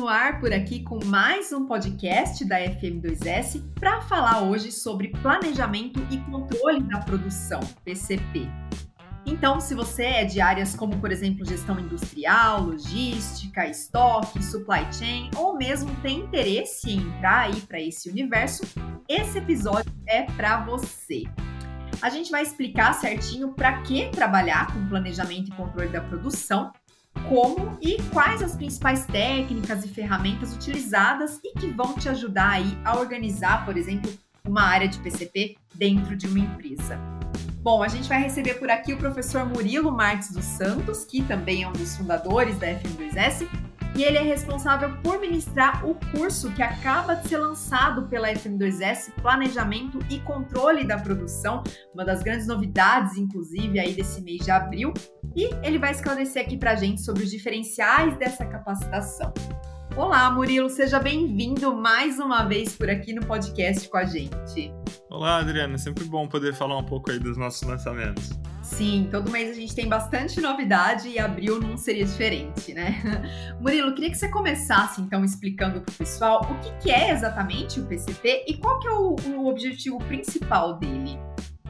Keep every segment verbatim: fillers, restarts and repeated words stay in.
no ar por aqui com mais um podcast da F M dois S para falar hoje sobre planejamento e controle da produção, P C P. Então, se você é de áreas como, por exemplo, gestão industrial, logística, estoque, supply chain, ou mesmo tem interesse em entrar aí para esse universo, esse episódio é para você. A gente vai explicar certinho para que trabalhar com planejamento e controle da produção, como e quais as principais técnicas e ferramentas utilizadas e que vão te ajudar aí a organizar, por exemplo, uma área de P C P dentro de uma empresa. Bom, a gente vai receber por aqui o professor Murilo Marques dos Santos, que também é um dos fundadores da F M dois S, e ele é responsável por ministrar o curso que acaba de ser lançado pela F M dois S, Planejamento e Controle da Produção, uma das grandes novidades, inclusive, aí desse mês de abril, e ele vai esclarecer aqui pra gente sobre os diferenciais dessa capacitação. Olá, Murilo, seja bem-vindo mais uma vez por aqui no podcast com a gente. Olá, Adriana, é sempre bom poder falar um pouco aí dos nossos lançamentos. Sim, todo mês a gente tem bastante novidade e abril não seria diferente, né? Murilo, queria que você começasse então explicando para o pessoal o que, que é exatamente o P C P e qual que é o, o objetivo principal dele.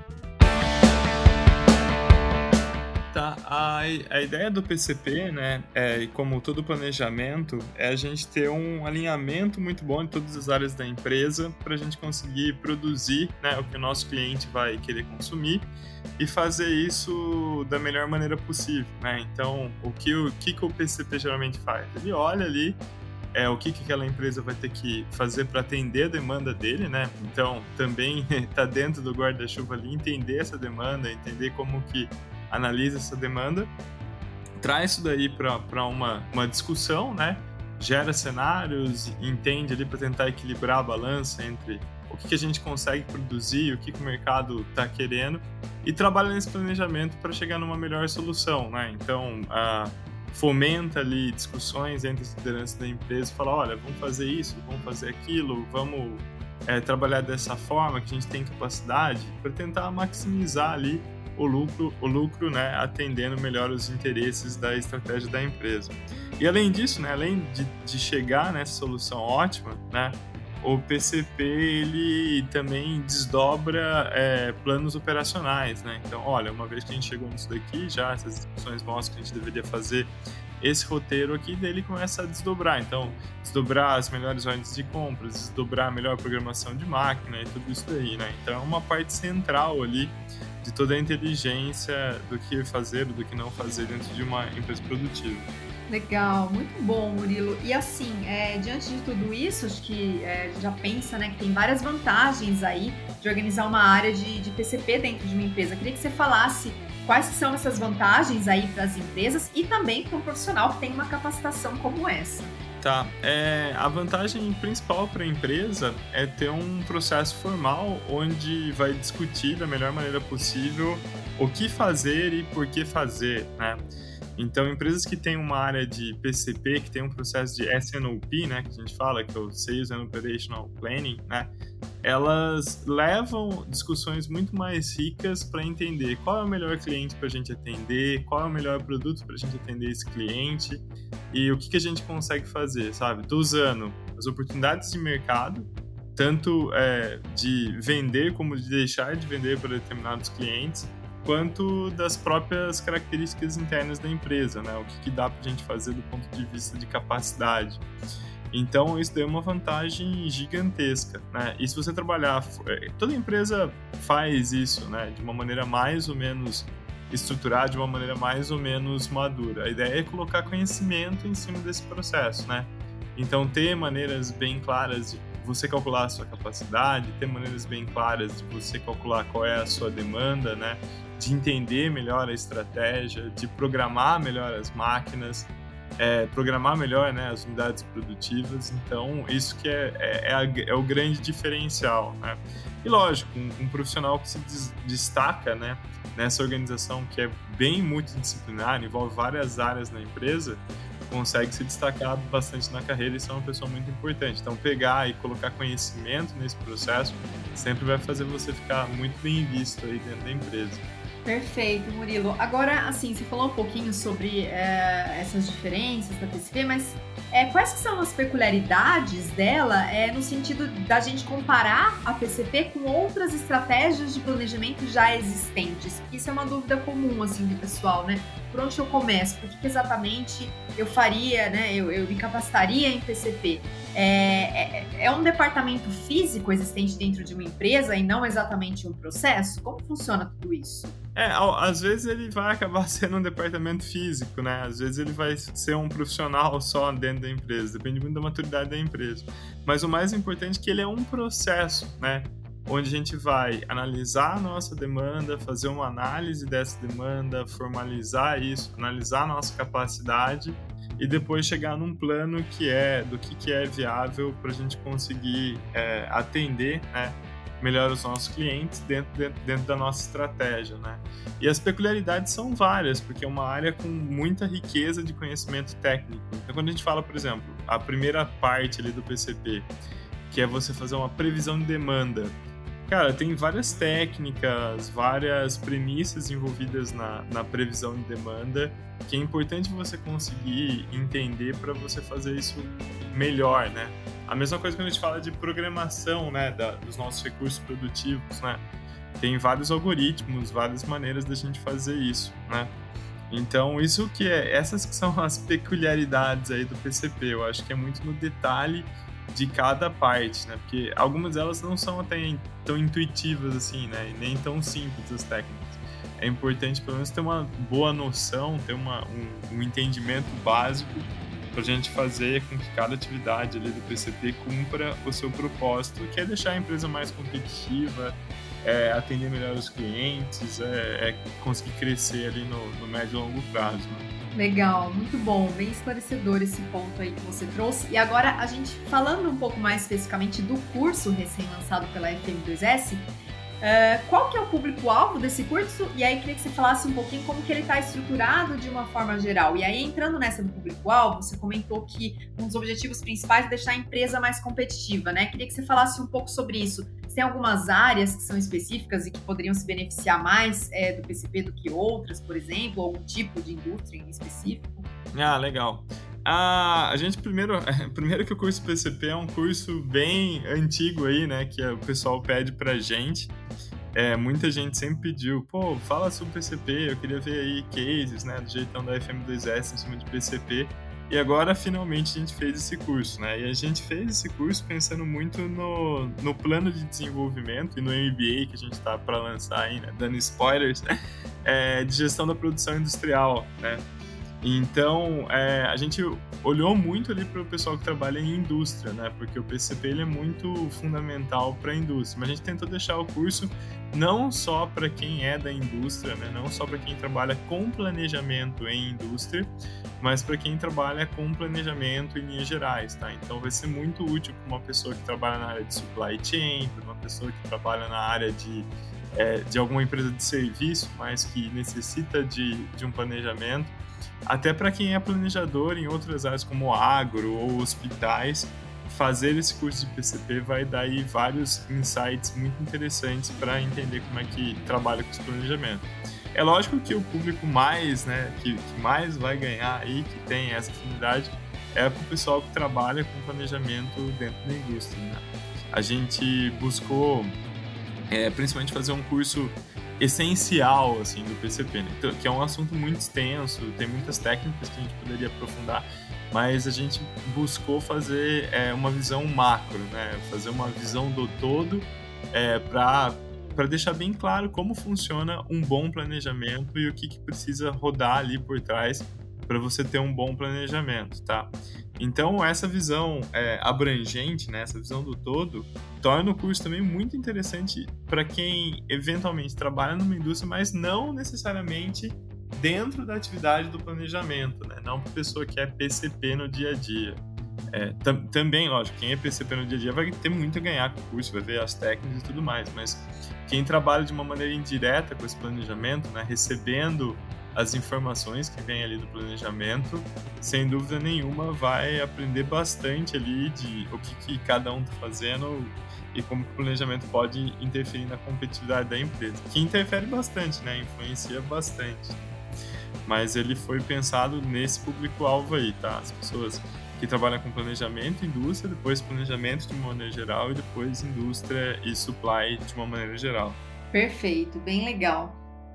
Tá, a, a ideia do P C P, né, é, como todo planejamento, é a gente ter um alinhamento muito bom em todas as áreas da empresa para a gente conseguir produzir, né, o que o nosso cliente vai querer consumir e fazer isso da melhor maneira possível, né? Então, o que o, que que o P C P geralmente faz? Ele olha ali é, o que, que aquela empresa vai ter que fazer para atender a demanda dele, né? Então, também está dentro do guarda-chuva ali, entender essa demanda, entender como que analisa essa demanda, traz isso daí para uma, uma discussão, né? Gera cenários, entende ali para tentar equilibrar a balança entre o que, que a gente consegue produzir, o que, que o mercado está querendo e trabalha nesse planejamento para chegar numa melhor solução, né? Então, a, fomenta ali discussões entre as lideranças da empresa, fala, olha, vamos fazer isso, vamos fazer aquilo, vamos é, trabalhar dessa forma que a gente tem capacidade para tentar maximizar ali o lucro, o lucro, né, atendendo melhor os interesses da estratégia da empresa. E além disso, né, além de, de chegar nessa solução ótima, né, o P C P ele também desdobra é, planos operacionais, né? Então, olha, uma vez que a gente chegou nisso daqui, já essas discussões mostram que a gente deveria fazer esse roteiro aqui, dele começa a desdobrar. Então, desdobrar as melhores ordens de compras, desdobrar a melhor programação de máquina e tudo isso daí, né? Então, é uma parte central ali de toda a inteligência do que fazer, do que não fazer dentro de uma empresa produtiva. Legal, muito bom, Murilo. E assim, é, diante de tudo isso, acho que é, a gente já pensa, né, que tem várias vantagens aí de organizar uma área de, de P C P dentro de uma empresa. Queria que você falasse quais que são essas vantagens aí para as empresas e também para um profissional que tem uma capacitação como essa. Tá, é, a vantagem principal para a empresa é ter um processo formal onde vai discutir da melhor maneira possível o que fazer e por que fazer, né? Então, empresas que têm uma área de P C P, que tem um processo de S N O P, né, que a gente fala, que é o Sales and Operational Planning, né, elas levam discussões muito mais ricas para entender qual é o melhor cliente para a gente atender, qual é o melhor produto para a gente atender esse cliente e o que, que a gente consegue fazer, sabe? Tô usando as oportunidades de mercado, tanto é, de vender como de deixar de vender para determinados clientes, quanto das próprias características internas da empresa, né? O que, que dá para a gente fazer do ponto de vista de capacidade. Então, isso daí é uma vantagem gigantesca, né? E se você trabalhar... Toda empresa faz isso, né? De uma maneira mais ou menos estruturada, de uma maneira mais ou menos madura. A ideia é colocar conhecimento em cima desse processo, né? Então, ter maneiras bem claras de você calcular a sua capacidade, ter maneiras bem claras de você calcular qual é a sua demanda, né? De entender melhor a estratégia, de programar melhor as máquinas, é, programar melhor, né, as unidades produtivas. Então, isso que é, é, é, a, é o grande diferencial, né? E lógico, um, um profissional que se des, destaca, né, nessa organização que é bem multidisciplinar, envolve várias áreas na empresa, consegue se destacar bastante na carreira e ser uma pessoa muito importante. Então, pegar e colocar conhecimento nesse processo sempre vai fazer você ficar muito bem visto aí dentro da empresa. Perfeito, Murilo. Agora, assim, você falou um pouquinho sobre é, essas diferenças da P C P, mas é, quais que são as peculiaridades dela é, no sentido da gente comparar a P C P com outras estratégias de planejamento já existentes? Isso é uma dúvida comum, assim, do pessoal, né? Por onde eu começo? Por que, que exatamente eu faria, né? Eu, eu me capacitaria em P C P? É, é, é um departamento físico existente dentro de uma empresa e não exatamente um processo? Como funciona tudo isso? É, às vezes ele vai acabar sendo um departamento físico, né? Às vezes ele vai ser um profissional só dentro da empresa, depende muito da maturidade da empresa. Mas o mais importante é que ele é um processo, né? Onde a gente vai analisar a nossa demanda, fazer uma análise dessa demanda, formalizar isso, analisar a nossa capacidade e depois chegar num plano que é do que, que é viável para a gente conseguir é, atender, né? Melhor os nossos clientes dentro, dentro, dentro da nossa estratégia, né? E as peculiaridades são várias, porque é uma área com muita riqueza de conhecimento técnico. Então, quando a gente fala, por exemplo, a primeira parte ali do P C P, que é você fazer uma previsão de demanda, cara, tem várias técnicas, várias premissas envolvidas na, na previsão de demanda, que é importante você conseguir entender para você fazer isso melhor, né? A mesma coisa quando a gente fala de programação, né, da, dos nossos recursos produtivos, né? Tem vários algoritmos, várias maneiras da gente fazer isso, né? Então, isso que é, essas que são as peculiaridades aí do P C P, eu acho que é muito no detalhe de cada parte, né? Porque algumas delas não são até tão intuitivas assim, né? E nem tão simples as técnicas. É importante pelo menos ter uma boa noção, ter uma, um, um entendimento básico para a gente fazer com que cada atividade ali do P C P cumpra o seu propósito, que é deixar a empresa mais competitiva, é, atender melhor os clientes, é, é conseguir crescer ali no, no médio e longo prazo, né? Legal, muito bom, bem esclarecedor esse ponto aí que você trouxe. E agora, a gente falando um pouco mais especificamente do curso recém-lançado pela F M dois S, uh, qual que é o público-alvo desse curso? E aí, queria que você falasse um pouquinho como que ele está estruturado de uma forma geral. E aí, entrando nessa do público-alvo, você comentou que um dos objetivos principais é deixar a empresa mais competitiva, né? Queria que você falasse um pouco sobre isso. Tem algumas áreas que são específicas e que poderiam se beneficiar mais é, do P C P do que outras, por exemplo, algum tipo de indústria em específico? Ah, legal. Ah, a gente primeiro, primeiro que o curso P C P é um curso bem antigo aí, né, que o pessoal pede pra gente. É, muita gente sempre pediu, pô, fala sobre P C P, eu queria ver aí cases, né, do jeitão da F M dois S em cima de P C P. E agora, finalmente, a gente fez esse curso, né? E a gente fez esse curso pensando muito no, no plano de desenvolvimento e no M B A que a gente está para lançar aí, né? Dando spoilers, é, de gestão da produção industrial, né? Então, é, a gente olhou muito ali para o pessoal que trabalha em indústria, né? Porque o P C P ele é muito fundamental para a indústria. Mas a gente tentou deixar o curso não só para quem é da indústria, né? Não só para quem trabalha com planejamento em indústria, mas para quem trabalha com planejamento em linhas gerais, tá? Então, vai ser muito útil para uma pessoa que trabalha na área de supply chain, para uma pessoa que trabalha na área de, é, de alguma empresa de serviço, mas que necessita de, de um planejamento. Até para quem é planejador em outras áreas como agro ou hospitais, fazer esse curso de P C P vai dar aí vários insights muito interessantes para entender como é que trabalha com esse planejamento. É lógico que o público mais, né, que, que mais vai ganhar aí, que tem essa afinidade, é para o pessoal que trabalha com planejamento dentro da indústria, né? A gente buscou, é, principalmente, fazer um curso essencial assim do P C P, né? Então, que é um assunto muito extenso, tem muitas técnicas que a gente poderia aprofundar, mas a gente buscou fazer é, uma visão macro, né? Fazer uma visão do todo é, para para deixar bem claro como funciona um bom planejamento e o que, que precisa rodar ali por trás para você ter um bom planejamento, tá? Então, essa visão é, abrangente, né, essa visão do todo, torna o curso também muito interessante para quem eventualmente trabalha numa indústria, mas não necessariamente dentro da atividade do planejamento, né? Não para pessoa que é P C P no dia a dia. É, tam, também, lógico, quem é P C P no dia a dia vai ter muito a ganhar com o curso, vai ver as técnicas e tudo mais, mas quem trabalha de uma maneira indireta com esse planejamento, né, recebendo as informações que vêm ali do planejamento, sem dúvida nenhuma vai aprender bastante ali de o que, que cada um está fazendo e como o planejamento pode interferir na competitividade da empresa, que interfere bastante, né? Influencia bastante. Mas ele foi pensado nesse público-alvo aí, tá? As pessoas que trabalham com planejamento, indústria, depois planejamento de uma maneira geral e depois indústria e supply de uma maneira geral. Perfeito, bem legal.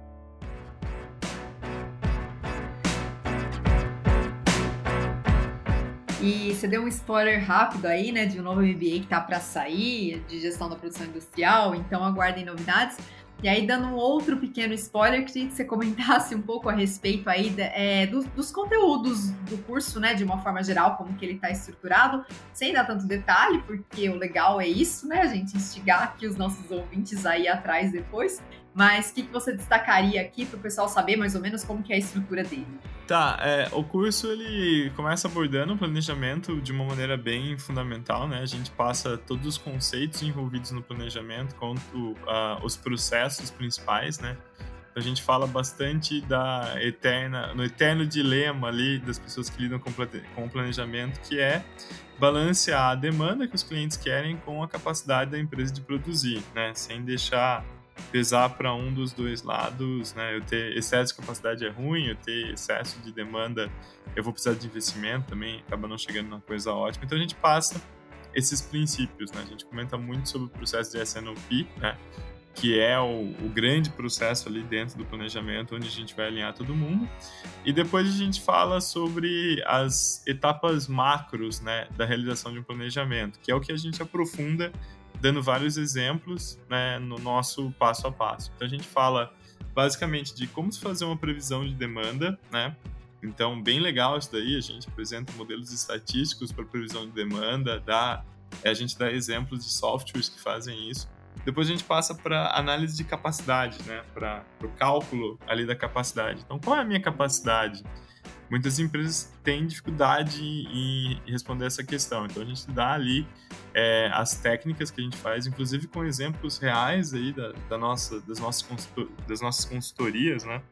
E você deu um spoiler rápido aí, né, de um novo M B A que tá para sair, de gestão da produção industrial, então aguardem novidades. E aí, dando um outro pequeno spoiler, queria que você comentasse um pouco a respeito aí de, é, dos, dos conteúdos do curso, né, de uma forma geral, como que ele está estruturado, sem dar tanto detalhe, porque o legal é isso, né, a gente instigar aqui os nossos ouvintes aí atrás depois. Mas o que, que você destacaria aqui para o pessoal saber mais ou menos como que é a estrutura dele? Tá, é, o curso ele começa abordando o planejamento de uma maneira bem fundamental, né? A gente passa todos os conceitos envolvidos no planejamento, quanto uh, os processos principais, né? A gente fala bastante da eterna, no eterno dilema ali das pessoas que lidam com, com o planejamento, que é balancear a demanda que os clientes querem com a capacidade da empresa de produzir, né? Sem deixar pesar para um dos dois lados, né? Eu ter excesso de capacidade é ruim, eu ter excesso de demanda, eu vou precisar de investimento também, acaba não chegando numa coisa ótima. Então a gente passa esses princípios, né? A gente comenta muito sobre o processo de S N O P, né? Que é o, o grande processo ali dentro do planejamento, onde a gente vai alinhar todo mundo. E depois a gente fala sobre as etapas macros, né, da realização de um planejamento, que é o que a gente aprofunda dando vários exemplos, né, no nosso passo a passo. Então a gente fala basicamente de como se fazer uma previsão de demanda, né? Então, bem legal isso daí, a gente apresenta modelos estatísticos para previsão de demanda, dá, a gente dá exemplos de softwares que fazem isso. Depois a gente passa para análise de capacidade, né? Para o cálculo ali da capacidade. Então, qual é a minha capacidade? Muitas empresas têm dificuldade em responder essa questão. Então, a gente dá ali é, as técnicas que a gente faz, inclusive com exemplos reais aí da, da nossa, das, nossas consultor, das nossas consultorias, né?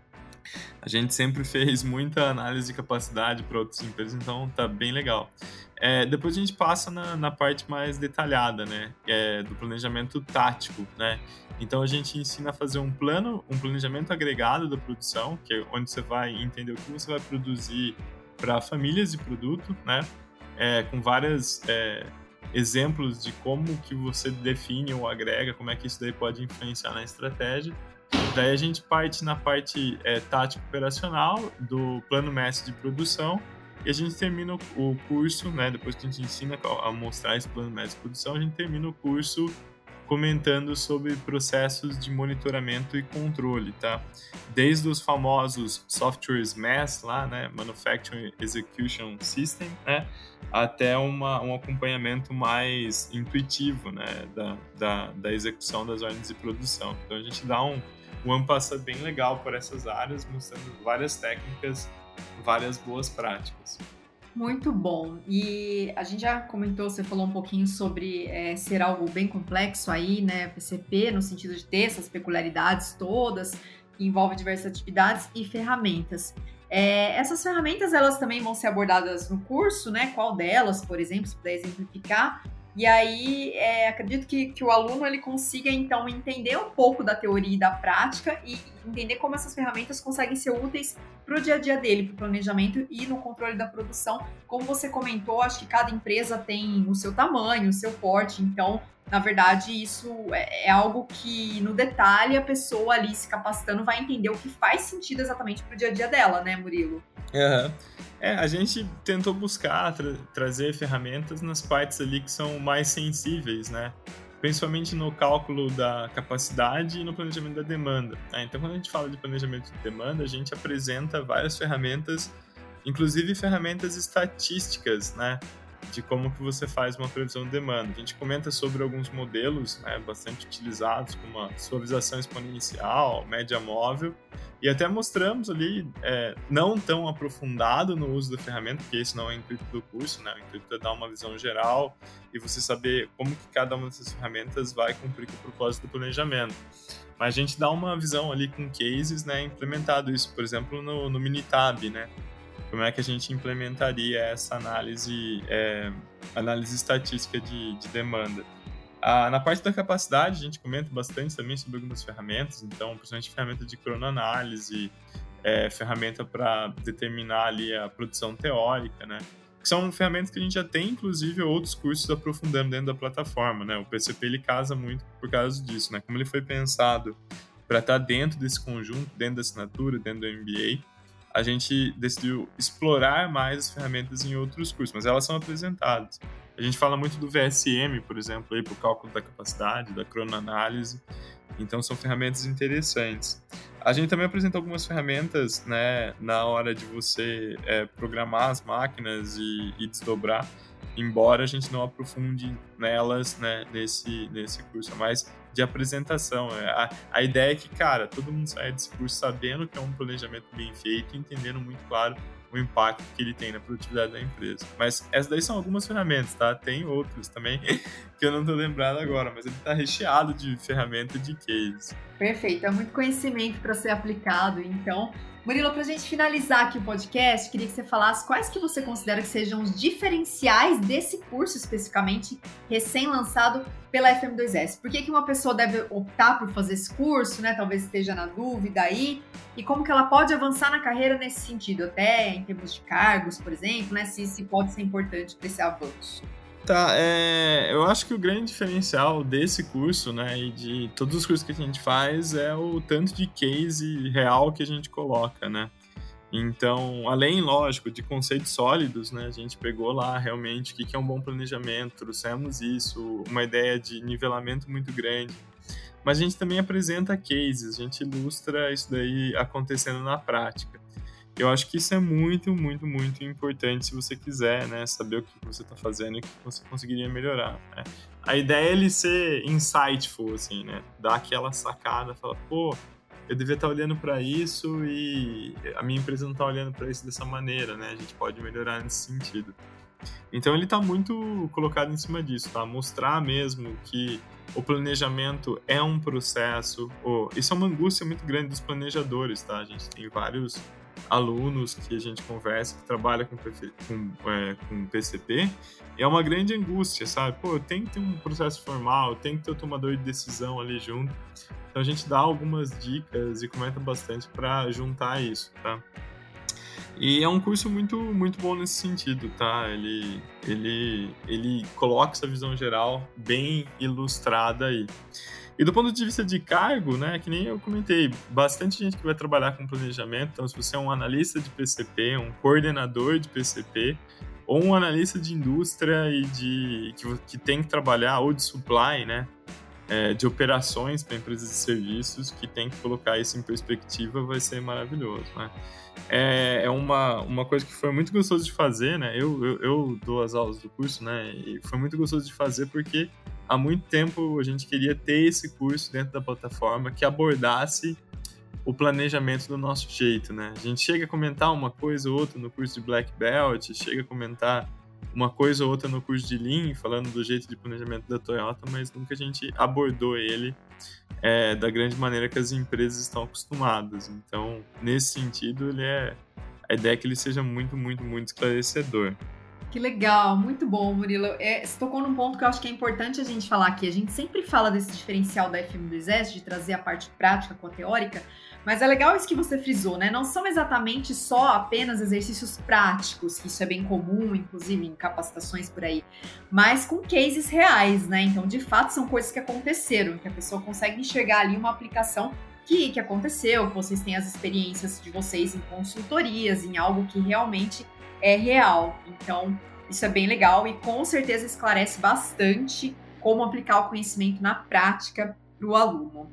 A gente sempre fez muita análise de capacidade para outras empresas, então tá bem legal. É, depois a gente passa na, na parte mais detalhada, né? É, do planejamento tático, né? Então a gente ensina a fazer um plano, um planejamento agregado da produção, que é onde você vai entender o que você vai produzir para famílias de produto, né? É, com vários é, exemplos de como que você define ou agrega, como é que isso daí pode influenciar na estratégia. Daí a gente parte na parte é, tática operacional do plano mestre de produção e a gente termina o curso, né, depois que a gente ensina a mostrar esse plano mestre de produção, a gente termina o curso comentando sobre processos de monitoramento e controle, tá? Desde os famosos softwares M A S lá, né, Manufacturing Execution System, né, até uma, um acompanhamento mais intuitivo, né, da, da, da execução das ordens de produção. Então a gente dá um, um ano passado bem legal por essas áreas, mostrando várias técnicas, várias boas práticas. Muito bom. E a gente já comentou, você falou um pouquinho sobre é, ser algo bem complexo aí, né, P C P, no sentido de ter essas peculiaridades todas, que envolve diversas atividades e ferramentas. É, essas ferramentas, elas também vão ser abordadas no curso, né? Qual delas, por exemplo, se puder exemplificar. E aí, é, acredito que, que o aluno ele consiga, então, entender um pouco da teoria e da prática e entender como essas ferramentas conseguem ser úteis para o dia a dia dele, para o planejamento e no controle da produção. Como você comentou, acho que cada empresa tem o seu tamanho, o seu porte, então, na verdade, isso é, é algo que, no detalhe, a pessoa ali se capacitando vai entender o que faz sentido exatamente para o dia a dia dela, né, Murilo? Uhum. É, a gente tentou buscar tra- trazer ferramentas nas partes ali que são mais sensíveis, né? Principalmente no cálculo da capacidade e no planejamento da demanda. Né? Então, quando a gente fala de planejamento de demanda, a gente apresenta várias ferramentas, inclusive ferramentas estatísticas, né? de como que você faz uma previsão de demanda. A gente comenta sobre alguns modelos, né, bastante utilizados, como a suavização exponencial, média móvel, e até mostramos ali, é, não tão aprofundado no uso da ferramenta, porque esse não é o intuito do curso, né? O intuito é dar uma visão geral e você saber como que cada uma dessas ferramentas vai cumprir com o propósito do planejamento. Mas a gente dá uma visão ali com cases, né, implementado isso, por exemplo, no, no Minitab, né? Como é que a gente implementaria essa análise, é, análise estatística de, de demanda. Ah, na parte da capacidade, a gente comenta bastante também sobre algumas ferramentas, então, principalmente ferramenta de cronoanálise, é, ferramenta para determinar ali a produção teórica, né? Que são ferramentas que a gente já tem, inclusive, outros cursos aprofundando dentro da plataforma, né? O P C P, ele casa muito por causa disso, né? Como ele foi pensado para estar dentro desse conjunto, dentro da assinatura, dentro do M B A, a gente decidiu explorar mais as ferramentas em outros cursos, mas elas são apresentadas. A gente fala muito do V S M, por exemplo, para o cálculo da capacidade, da cronoanálise, então são ferramentas interessantes. A gente também apresenta algumas ferramentas, né, na hora de você é, programar as máquinas e, e desdobrar, embora a gente não aprofunde nelas, né, nesse, nesse curso, mas de apresentação. A, a ideia é que, cara, todo mundo saia desse curso sabendo que é um planejamento bem feito e entendendo muito claro o impacto que ele tem na produtividade da empresa. Mas essas daí são algumas ferramentas, tá? Tem outras também que eu não tô lembrado agora, mas ele tá recheado de ferramenta de case. Perfeito, é muito conhecimento para ser aplicado. Então, Murilo, para a gente finalizar aqui o podcast, queria que você falasse quais que você considera que sejam os diferenciais desse curso, especificamente, recém-lançado pela F M dois S. Por que que uma pessoa deve optar por fazer esse curso, né? Talvez esteja na dúvida aí. E como que ela pode avançar na carreira nesse sentido, até em termos de cargos, por exemplo, né? Se isso pode ser importante para esse avanço. Tá, é, eu acho que o grande diferencial desse curso, né, e de todos os cursos que a gente faz é o tanto de case real que a gente coloca, né? Então, além, lógico, de conceitos sólidos, né, a gente pegou lá realmente o que é um bom planejamento, trouxemos isso, uma ideia de nivelamento muito grande, mas a gente também apresenta cases, a gente ilustra isso daí acontecendo na prática. Eu acho que isso é muito, muito, muito importante se você quiser, né, saber o que você está fazendo e o que você conseguiria melhorar, né? A ideia é ele ser insightful, assim, né? Dar aquela sacada, falar, pô, eu devia estar olhando para isso e a minha empresa não está olhando para isso dessa maneira, né? A gente pode melhorar nesse sentido. Então ele está muito colocado em cima disso, tá? Mostrar mesmo que o planejamento é um processo. Oh, isso é uma angústia muito grande dos planejadores, tá? A gente tem vários alunos que a gente conversa, que trabalham com, com, é, com P C P, e é uma grande angústia, sabe? Pô, eu tenho que ter um processo formal, eu tenho que ter o tomador de decisão ali junto. Então a gente dá algumas dicas e comenta bastante para juntar isso, tá? E é um curso muito, muito bom nesse sentido, tá? Ele, ele, ele coloca essa visão geral bem ilustrada aí. E do ponto de vista de cargo, né, que nem eu comentei, bastante gente que vai trabalhar com planejamento, então se você é um analista de P C P, um coordenador de P C P, ou um analista de indústria e de, que, que tem que trabalhar, ou de supply, né, é, de operações para empresas de serviços, que tem que colocar isso em perspectiva, vai ser maravilhoso, né. É, é uma, uma coisa que foi muito gostoso de fazer, né, eu, eu, eu dou as aulas do curso, né, e foi muito gostoso de fazer porque há muito tempo a gente queria ter esse curso dentro da plataforma que abordasse o planejamento do nosso jeito, né? A gente chega a comentar uma coisa ou outra no curso de Black Belt, chega a comentar uma coisa ou outra no curso de Lean, falando do jeito de planejamento da Toyota, mas nunca a gente abordou ele é, da grande maneira que as empresas estão acostumadas. Então, nesse sentido, ele é, a ideia é que ele seja muito, muito, muito esclarecedor. Que legal, muito bom, Murilo. É, você tocou num ponto que eu acho que é importante a gente falar aqui. A gente sempre fala desse diferencial da F M dois S, de trazer a parte prática com a teórica, mas é legal isso que você frisou, né? Não são exatamente só apenas exercícios práticos, que isso é bem comum, inclusive em capacitações por aí, mas com cases reais, né? Então, de fato, são coisas que aconteceram, que a pessoa consegue enxergar ali uma aplicação que, que aconteceu, que vocês têm as experiências de vocês em consultorias, em algo que realmente é real. Então, isso é bem legal e com certeza esclarece bastante como aplicar o conhecimento na prática para o aluno.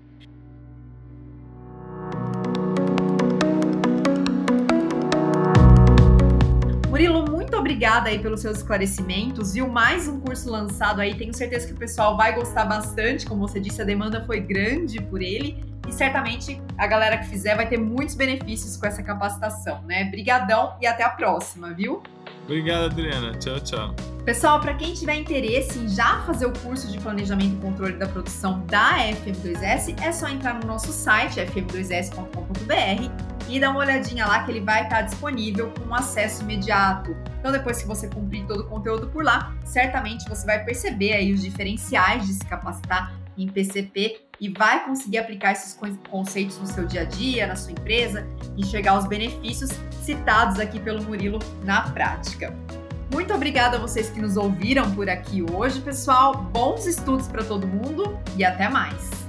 Murilo, muito obrigada aí pelos seus esclarecimentos, viu? Mais um curso lançado aí, tenho certeza que o pessoal vai gostar bastante, como você disse, a demanda foi grande por ele e certamente a galera que fizer vai ter muitos benefícios com essa capacitação, né? Brigadão e até a próxima, viu? Obrigado, Adriana. Tchau, tchau. Pessoal, para quem tiver interesse em já fazer o curso de Planejamento e Controle da Produção da F M dois S, é só entrar no nosso site, f m dois s ponto com ponto b r, e dar uma olhadinha lá que ele vai estar disponível com um acesso imediato. Então, depois que você cumprir todo o conteúdo por lá, certamente você vai perceber aí os diferenciais de se capacitar em P C P e vai conseguir aplicar esses conceitos no seu dia a dia, na sua empresa, e enxergar aos benefícios citados aqui pelo Murilo na prática. Muito obrigada a vocês que nos ouviram por aqui hoje, pessoal. Bons estudos para todo mundo e até mais!